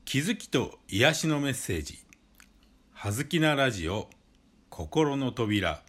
気づきと癒しのメッセージ、はずきなラジオ心の扉。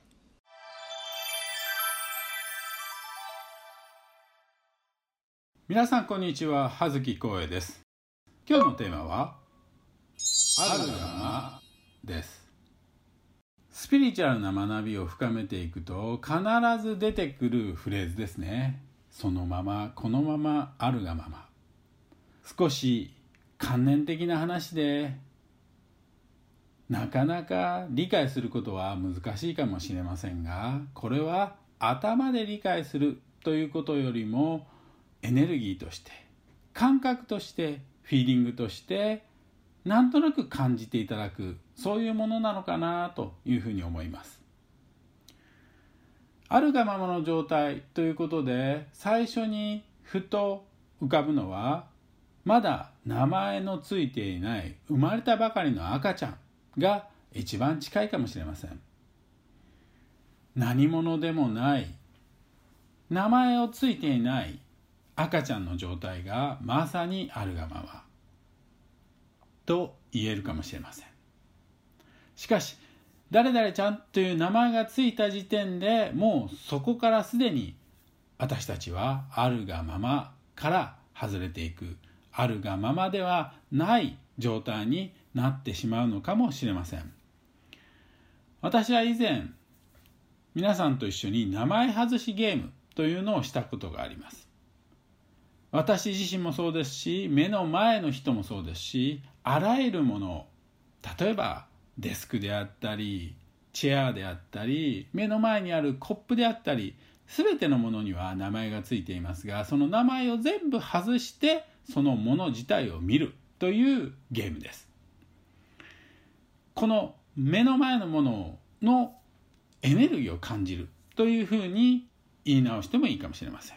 皆さんこんにちは、葉月光栄です。今日のテーマはあるがまです。スピリチュアルな学びを深めていくと必ず出てくるフレーズですね。そのままこのままあるがまま。少し観念的な話でなかなか理解することは難しいかもしれませんが、これは頭で理解するということよりもエネルギーとして感覚としてフィーリングとしてなんとなく感じていただく、そういうものなのかなというふうに思います。あるがままの状態ということで最初にふと浮かぶのは、まだ名前のついていない生まれたばかりの赤ちゃんが一番近いかもしれません。何者でもない名前をついていない赤ちゃんの状態がまさにあるがままと言えるかもしれません。しかし誰々ちゃんという名前がついた時点でもうそこからすでに私たちはあるがままから外れていく、あるがままではない状態になってしまうのかもしれません。私は以前皆さんと一緒に名前外しゲームというのをしたことがあります。私自身もそうですし、目の前の人もそうですし、あらゆるもの、例えばデスクであったりチェアであったり目の前にあるコップであったり、すべてのものには名前がついていますが、その名前を全部外してそのもの自体を見るというゲームです。この目の前のもののエネルギーを感じるというふうに言い直してもいいかもしれません。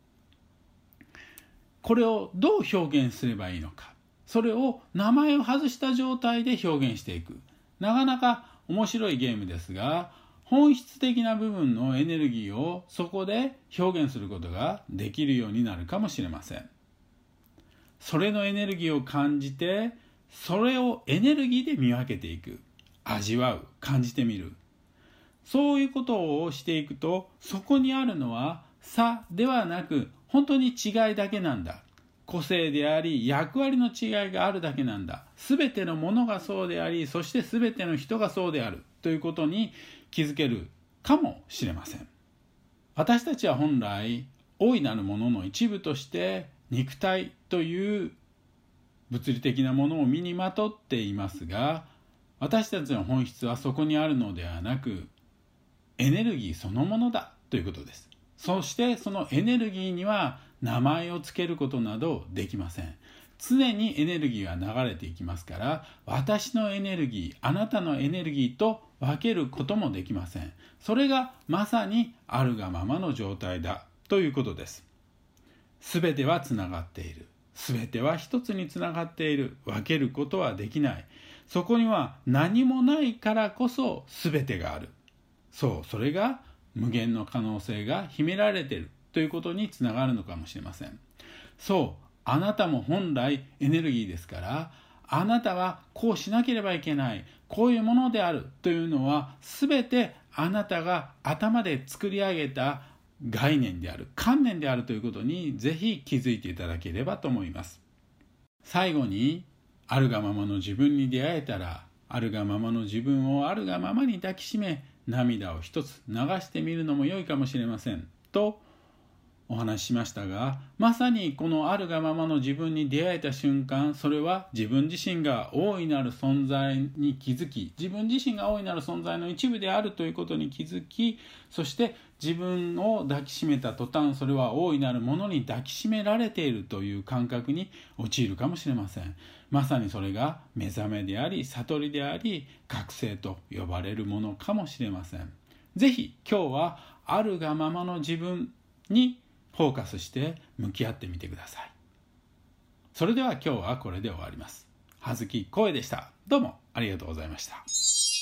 これをどう表現すればいいのか、それを名前を外した状態で表現していく、なかなか面白いゲームですが、本質的な部分のエネルギーをそこで表現することができるようになるかもしれません。それのエネルギーを感じて、それをエネルギーで見分けていく、味わう、感じてみる、そういうことをしていくと、そこにあるのは差ではなく本当に違いだけなんだ、個性であり役割の違いがあるだけなんだ、すべてのものがそうであり、そしてすべての人がそうであるということに気づけるかもしれません。私たちは本来大いなるものの一部として肉体という物理的なものを身にまとっていますが、私たちの本質はそこにあるのではなくエネルギーそのものだということです。そしてそのエネルギーには名前をつけることなどできません。常にエネルギーは流れていきますから、私のエネルギー、あなたのエネルギーと分けることもできません。それがまさにあるがままの状態だということです。すべてはつながっている。すべては一つにつながっている。分けることはできない。そこには何もないからこそすべてがある。そう、それが無限の可能性が秘められているということにつながるのかもしれません。そう、あなたも本来エネルギーですから、あなたはこうしなければいけない、こういうものであるというのは全てあなたが頭で作り上げた概念である、観念であるということにぜひ気づいていただければと思います。最後に、あるがままの自分に出会えたら、あるがままの自分をあるがままに抱きしめ、涙を一つ流してみるのも良いかもしれませんとお話ししましたが、まさにこのあるがままの自分に出会えた瞬間、それは自分自身が大いなる存在に気づき、自分自身が大いなる存在の一部であるということに気づき、そして自分を抱きしめた途端、それは大いなるものに抱きしめられているという感覚に陥るかもしれません。まさにそれが目覚めであり、悟りであり、覚醒と呼ばれるものかもしれません。ぜひ今日はあるがままの自分にフォーカスして向き合ってみてください。それでは今日はこれで終わります。葉月光栄でした。どうもありがとうございました。